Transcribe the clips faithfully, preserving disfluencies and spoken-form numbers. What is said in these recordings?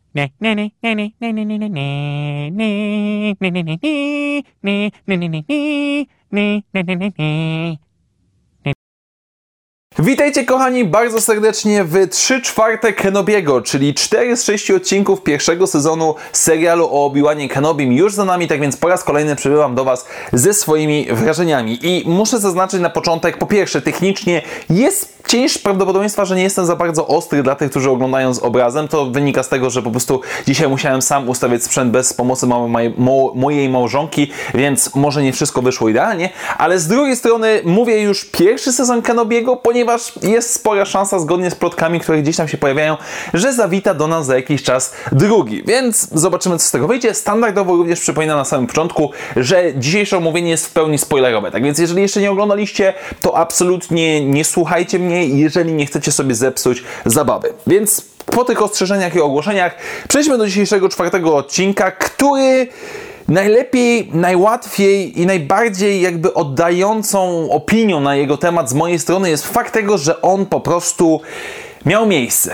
Witajcie kochani bardzo serdecznie w trzy czwarte Kenobiego, czyli cztery z sześciu odcinków pierwszego sezonu serialu o Obi-Wanie Kenobim już za nami, tak więc po raz kolejny przybywam do Was ze swoimi wrażeniami. I muszę zaznaczyć na początek, po pierwsze, technicznie jest cięż prawdopodobieństwa, że nie jestem za bardzo ostry dla tych, którzy oglądają z obrazem. To wynika z tego, że po prostu dzisiaj musiałem sam ustawiać sprzęt bez pomocy mojej, mojej małżonki, więc może nie wszystko wyszło idealnie, ale z drugiej strony mówię już pierwszy sezon Kenobiego, ponieważ jest spora szansa, zgodnie z plotkami, które gdzieś tam się pojawiają, że zawita do nas za jakiś czas drugi, więc zobaczymy, co z tego wyjdzie. Standardowo również przypominam na samym początku, że dzisiejsze omówienie jest w pełni spoilerowe, tak więc jeżeli jeszcze nie oglądaliście, to absolutnie nie słuchajcie mnie, jeżeli nie chcecie sobie zepsuć zabawy. Więc po tych ostrzeżeniach i ogłoszeniach przejdźmy do dzisiejszego czwartego odcinka, który najlepiej, najłatwiej i najbardziej jakby oddającą opinią na jego temat z mojej strony jest fakt tego, że on po prostu miał miejsce.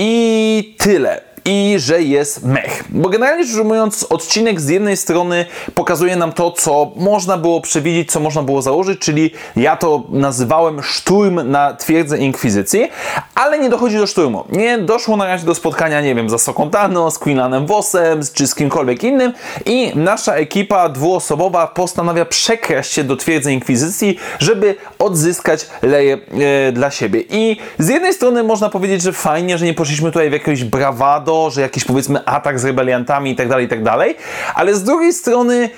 I tyle. I że jest mech. Bo generalnie rzecz ujmując, odcinek z jednej strony pokazuje nam to, co można było przewidzieć, co można było założyć, czyli ja to nazywałem szturm na twierdzę Inkwizycji, ale nie dochodzi do szturmu. Nie doszło na razie do spotkania, nie wiem, z Ahsoką Tano, z Quinlanem Vossem, czy z kimkolwiek innym i nasza ekipa dwuosobowa postanawia przekraść się do twierdzy Inkwizycji, żeby odzyskać Leję e, dla siebie. I z jednej strony można powiedzieć, że fajnie, że nie poszliśmy tutaj w jakieś brawado, że jakiś, powiedzmy, atak z rebeliantami i tak dalej, i tak dalej, ale z drugiej strony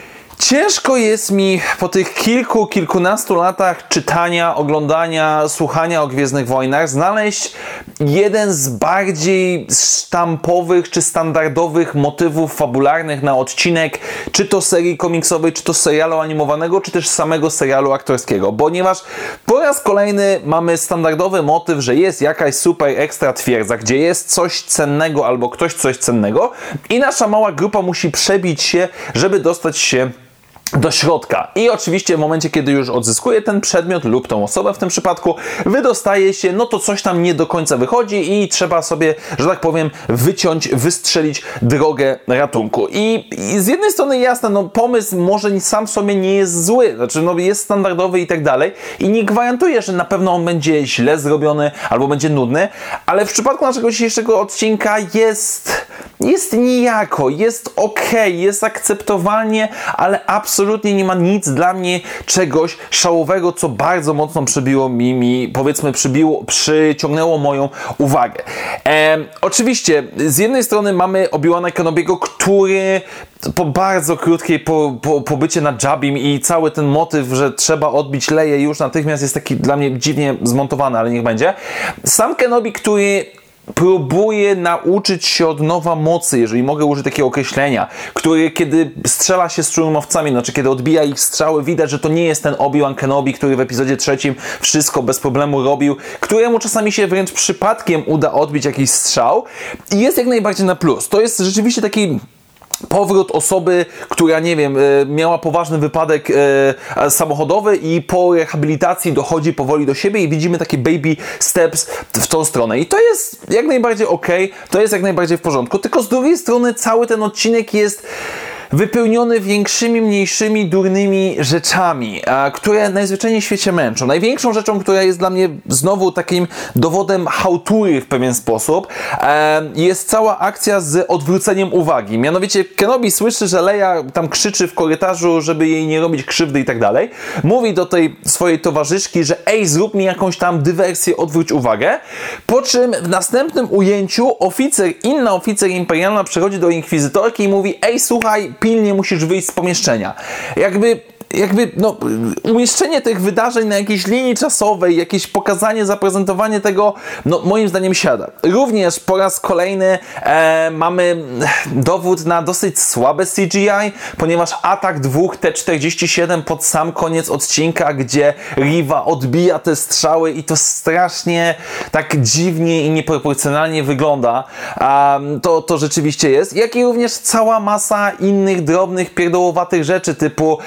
ciężko jest mi po tych kilku, kilkunastu latach czytania, oglądania, słuchania o Gwiezdnych Wojnach znaleźć jeden z bardziej sztampowych czy standardowych motywów fabularnych na odcinek, czy to serii komiksowej, czy to serialu animowanego, czy też samego serialu aktorskiego, ponieważ po raz kolejny mamy standardowy motyw, że jest jakaś super ekstra twierdza, gdzie jest coś cennego albo ktoś coś cennego i nasza mała grupa musi przebić się, żeby dostać się do środka. I oczywiście w momencie, kiedy już odzyskuje ten przedmiot lub tą osobę w tym przypadku, wydostaje się, no to coś tam nie do końca wychodzi i trzeba sobie, że tak powiem, wyciąć, wystrzelić drogę ratunku. I, i z jednej strony jasne, no pomysł może sam w sobie nie jest zły, znaczy no jest standardowy i tak dalej i nie gwarantuje, że na pewno on będzie źle zrobiony albo będzie nudny, ale w przypadku naszego dzisiejszego odcinka jest jest nijako, jest okej, jest akceptowalnie, ale absolutnie Absolutnie nie ma nic dla mnie czegoś szałowego, co bardzo mocno przybiło mi, mi powiedzmy, przybiło, przyciągnęło moją uwagę. E, oczywiście, z jednej strony mamy Obi-Wana Kenobiego, który po bardzo krótkiej po, po, pobycie na Jabbim i cały ten motyw, że trzeba odbić Leję już natychmiast jest taki dla mnie dziwnie zmontowany, ale niech będzie. Sam Kenobi, który próbuje nauczyć się od nowa mocy, jeżeli mogę użyć takiego określenia, który kiedy strzela się z szturmowcami, znaczy kiedy odbija ich strzały, widać, że to nie jest ten Obi-Wan Kenobi, który w epizodzie trzecim wszystko bez problemu robił, któremu czasami się wręcz przypadkiem uda odbić jakiś strzał i jest jak najbardziej na plus. To jest rzeczywiście taki powrót osoby, która, nie wiem, miała poważny wypadek e, samochodowy i po rehabilitacji dochodzi powoli do siebie i widzimy takie baby steps w tą stronę. I to jest jak najbardziej okej, to jest jak najbardziej w porządku, tylko z drugiej strony cały ten odcinek jest wypełniony większymi, mniejszymi, durnymi rzeczami, a, które najzwyczajniej w świecie męczą. Największą rzeczą, która jest dla mnie znowu takim dowodem chałtury w pewien sposób, e, jest cała akcja z odwróceniem uwagi. Mianowicie Kenobi słyszy, że Leia tam krzyczy w korytarzu, żeby jej nie robić krzywdy i tak dalej. Mówi do tej swojej towarzyszki, że ej, zrób mi jakąś tam dywersję, odwróć uwagę. Po czym w następnym ujęciu oficer, inna oficer imperialna przychodzi do inkwizytorki i mówi, ej, słuchaj, pilnie musisz wyjść z pomieszczenia. Jakby jakby, no, umieszczenie tych wydarzeń na jakiejś linii czasowej, jakieś pokazanie, zaprezentowanie tego, no, moim zdaniem siada. Również po raz kolejny e, mamy dowód na dosyć słabe C G I, ponieważ atak dwóch T czterdzieści siedem pod sam koniec odcinka, gdzie Riva odbija te strzały i to strasznie tak dziwnie i nieproporcjonalnie wygląda. Um, to, to rzeczywiście jest. Jak i również cała masa innych drobnych, pierdołowatych rzeczy typu e,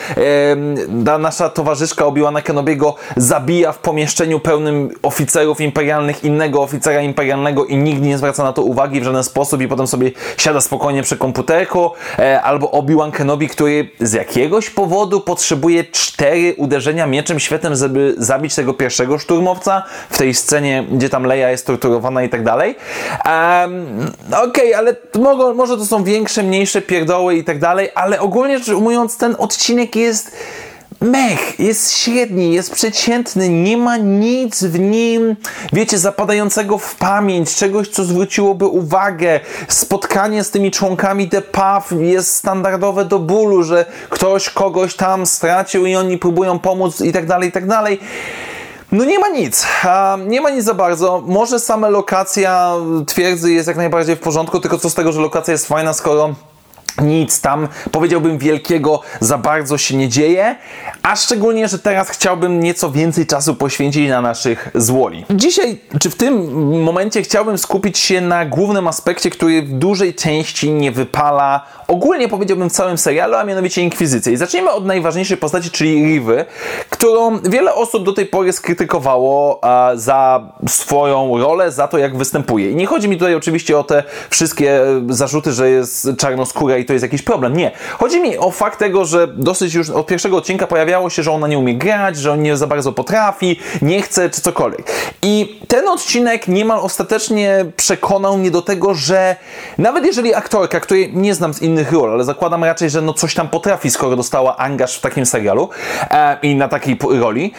ta nasza towarzyszka Obi-Wana Kenobiego zabija w pomieszczeniu pełnym oficerów imperialnych innego oficera imperialnego i nikt nie zwraca na to uwagi w żaden sposób i potem sobie siada spokojnie przy komputerku, e, albo Obi-Wan Kenobi, który z jakiegoś powodu potrzebuje cztery uderzenia mieczem świetlnym, żeby zabić tego pierwszego szturmowca w tej scenie, gdzie tam Leia jest torturowana i tak dalej. Um, Okej, okay, ale mogą, może to są większe, mniejsze pierdoły i tak dalej, ale ogólnie rzecz ujmując, ten odcinek jest mech, jest średni, jest przeciętny, nie ma nic w nim, wiecie, zapadającego w pamięć, czegoś, co zwróciłoby uwagę. Spotkanie z tymi członkami The Path jest standardowe do bólu, że ktoś kogoś tam stracił i oni próbują pomóc i tak dalej, i tak dalej. No nie ma nic, nie ma nic za bardzo. Może sama lokacja twierdzy jest jak najbardziej w porządku, tylko co z tego, że lokacja jest fajna, skoro nic tam, powiedziałbym, wielkiego za bardzo się nie dzieje, a szczególnie, że teraz chciałbym nieco więcej czasu poświęcić na naszych złoli. Dzisiaj, czy w tym momencie chciałbym skupić się na głównym aspekcie, który w dużej części nie wypala ogólnie, powiedziałbym, w całym serialu, a mianowicie Inkwizycję. I zacznijmy od najważniejszej postaci, czyli Rivy, którą wiele osób do tej pory skrytykowało a, za swoją rolę, za to, jak występuje. I nie chodzi mi tutaj oczywiście o te wszystkie zarzuty, że jest czarnoskóra i to jest jakiś problem. Nie. Chodzi mi o fakt tego, że dosyć już od pierwszego odcinka pojawiało się, że ona nie umie grać, że on nie za bardzo potrafi, nie chce, czy cokolwiek. I ten odcinek niemal ostatecznie przekonał mnie do tego, że nawet jeżeli aktorka, której nie znam z innych ról, ale zakładam raczej, że no coś tam potrafi, skoro dostała angaż w takim serialu e, i na takiej roli,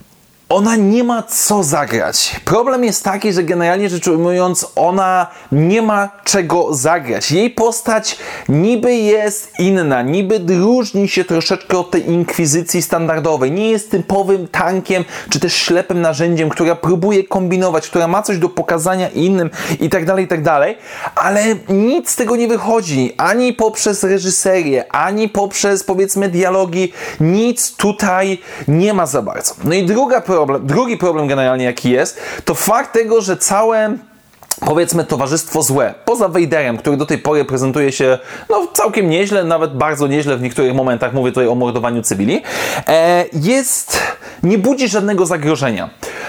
ona nie ma co zagrać. Problem jest taki, że generalnie rzecz ujmując, ona nie ma czego zagrać. Jej postać niby jest inna, niby różni się troszeczkę od tej inkwizycji standardowej. Nie jest typowym tankiem, czy też ślepym narzędziem, która próbuje kombinować, która ma coś do pokazania innym i tak dalej, i tak dalej, ale nic z tego nie wychodzi. Ani poprzez reżyserię, ani poprzez, powiedzmy, dialogi. Nic tutaj nie ma za bardzo. No i druga Problem, drugi problem generalnie jaki jest, to fakt tego, że całe, powiedzmy, towarzystwo złe, poza Vaderem, który do tej pory prezentuje się no, całkiem nieźle, nawet bardzo nieźle w niektórych momentach, mówię tutaj o mordowaniu cywili, e, jest, nie budzi żadnego zagrożenia.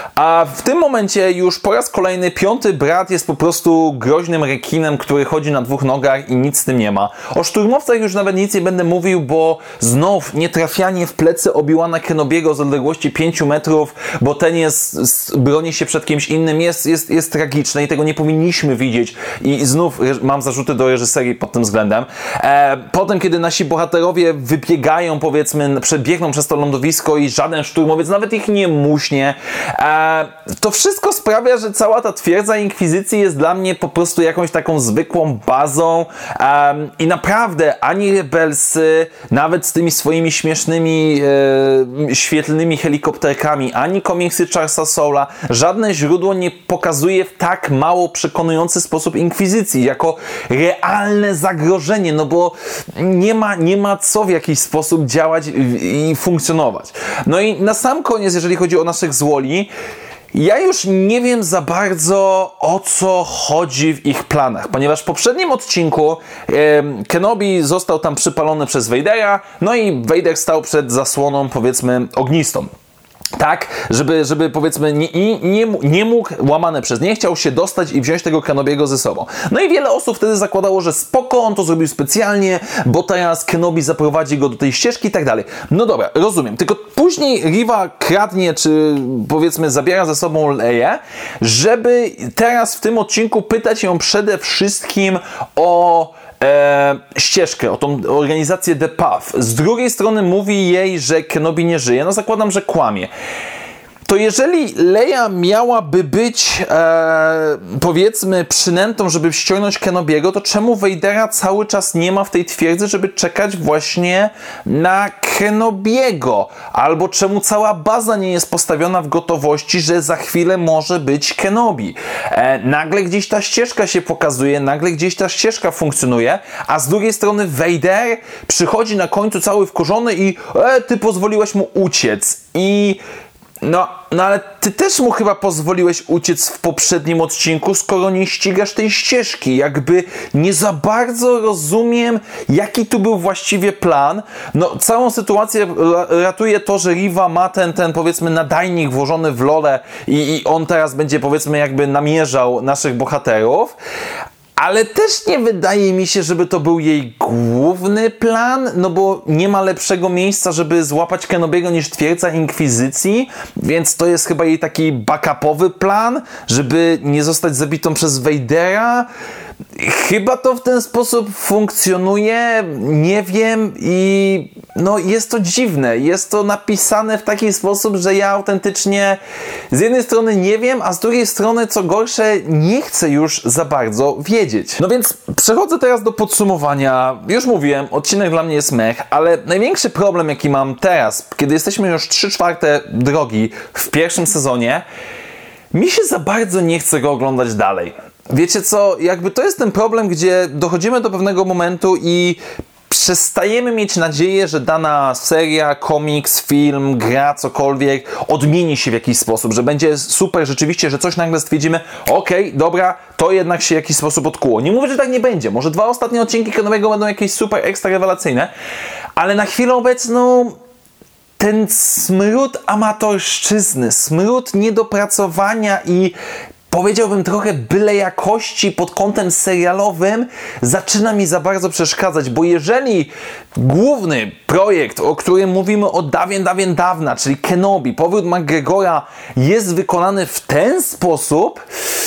A w tym momencie już po raz kolejny piąty brat jest po prostu groźnym rekinem, który chodzi na dwóch nogach i nic z tym nie ma. O szturmowcach już nawet nic nie będę mówił, bo znów nietrafianie w plecy Obi-Wana Kenobiego z odległości pięciu metrów, bo ten jest, broni się przed kimś innym, jest, jest, jest tragiczne i tego nie powinniśmy widzieć. I znów mam zarzuty do reżyserii pod tym względem. E, potem, kiedy nasi bohaterowie wybiegają, powiedzmy, przebiegną przez to lądowisko i żaden szturmowiec nawet ich nie muśnie, e, to wszystko sprawia, że cała ta twierdza Inkwizycji jest dla mnie po prostu jakąś taką zwykłą bazą um, i naprawdę ani Rebelsy, nawet z tymi swoimi śmiesznymi e, świetlnymi helikopterkami, ani komiksy Charlesa Soula, żadne źródło nie pokazuje w tak mało przekonujący sposób Inkwizycji jako realne zagrożenie, no bo nie ma, nie ma co w jakiś sposób działać i, i funkcjonować. No i na sam koniec, jeżeli chodzi o naszych złoli, ja już nie wiem za bardzo, o co chodzi w ich planach, ponieważ w poprzednim odcinku e, Kenobi został tam przypalony przez Vadera, no i Vader stał przed zasłoną, powiedzmy, ognistą. Tak, żeby, żeby powiedzmy nie, nie, nie mógł, łamane przez nie chciał się dostać i wziąć tego Kenobiego ze sobą. No i wiele osób wtedy zakładało, że spoko, on to zrobił specjalnie, bo teraz Kenobi zaprowadzi go do tej ścieżki i tak dalej. No dobra, rozumiem. Tylko później Riva kradnie, czy powiedzmy zabiera ze sobą Leię, żeby teraz w tym odcinku pytać ją przede wszystkim o E, ścieżkę, o tą organizację The Path. Z drugiej strony mówi jej, że Kenobi nie żyje. No zakładam, że kłamie. To jeżeli Leia miałaby być e, powiedzmy przynętą, żeby ściągnąć Kenobiego, to czemu Vadera cały czas nie ma w tej twierdzy, żeby czekać właśnie na Kenobiego? Albo czemu cała baza nie jest postawiona w gotowości, że za chwilę może być Kenobi? E, nagle gdzieś ta ścieżka się pokazuje, nagle gdzieś ta ścieżka funkcjonuje, a z drugiej strony Vader przychodzi na końcu cały wkurzony i e, ty pozwoliłeś mu uciec. I No, no ale ty też mu chyba pozwoliłeś uciec w poprzednim odcinku, skoro nie ścigasz tej ścieżki. Jakby nie za bardzo rozumiem, jaki tu był właściwie plan. No, całą sytuację ratuje to, że Riva ma ten, ten powiedzmy nadajnik włożony w lolę i, i on teraz będzie powiedzmy jakby namierzał naszych bohaterów. Ale też nie wydaje mi się, żeby to był jej główny plan, no bo nie ma lepszego miejsca, żeby złapać Kenobiego niż twierdza Inkwizycji, więc to jest chyba jej taki backupowy plan, żeby nie zostać zabitą przez Vadera. Chyba to w ten sposób funkcjonuje, nie wiem i no jest to dziwne, jest to napisane w taki sposób, że ja autentycznie z jednej strony nie wiem, a z drugiej strony co gorsze nie chcę już za bardzo wiedzieć. No więc przechodzę teraz do podsumowania. Już mówiłem, odcinek dla mnie jest mech, ale największy problem jaki mam teraz, kiedy jesteśmy już trzy czwarte drogi w pierwszym sezonie, mi się za bardzo nie chce go oglądać dalej. Wiecie co, jakby to jest ten problem, gdzie dochodzimy do pewnego momentu i przestajemy mieć nadzieję, że dana seria, komiks, film, gra, cokolwiek odmieni się w jakiś sposób, że będzie super rzeczywiście, że coś nagle stwierdzimy, okej, okay, dobra, to jednak się w jakiś sposób odkuło. Nie mówię, że tak nie będzie, może dwa ostatnie odcinki Kenobiego będą jakieś super ekstra rewelacyjne, ale na chwilę obecną ten smród amatorszczyzny, smród niedopracowania i powiedziałbym trochę byle jakości pod kątem serialowym zaczyna mi za bardzo przeszkadzać, bo jeżeli główny projekt, o którym mówimy od dawien, dawien dawna, czyli Kenobi, powrót McGregora jest wykonany w ten sposób,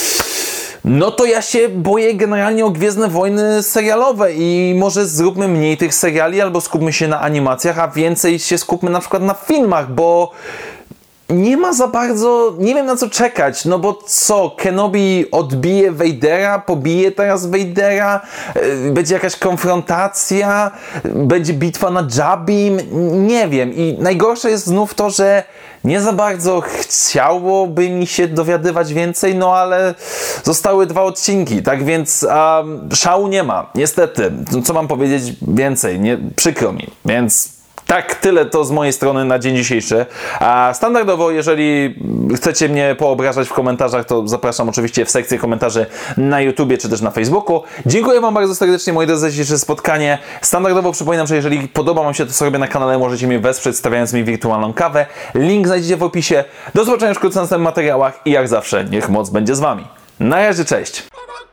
no to ja się boję generalnie o Gwiezdne Wojny serialowe i może zróbmy mniej tych seriali albo skupmy się na animacjach, a więcej się skupmy na przykład na filmach, bo nie ma za bardzo, nie wiem na co czekać, no bo co, Kenobi odbije Vadera, pobije teraz Vadera, yy, będzie jakaś konfrontacja, będzie bitwa na Jabbim, nie wiem. I najgorsze jest znów to, że nie za bardzo chciałoby mi się dowiadywać więcej, no ale zostały dwa odcinki, tak więc um, szału nie ma, niestety. No, co mam powiedzieć więcej, nie, przykro mi, więc tak, tyle to z mojej strony na dzień dzisiejszy. A standardowo, jeżeli chcecie mnie poobrażać w komentarzach, to zapraszam oczywiście w sekcję komentarzy na YouTubie czy też na Facebooku. Dziękuję Wam bardzo serdecznie, moi drodzy, za dzisiejsze spotkanie. Standardowo przypominam, że jeżeli podoba Wam się to, co robię na kanale, możecie mnie wesprzeć, stawiając mi wirtualną kawę. Link znajdziecie w opisie. Do zobaczenia wkrótce w następnych materiałach i jak zawsze, niech moc będzie z Wami. Na razie, cześć!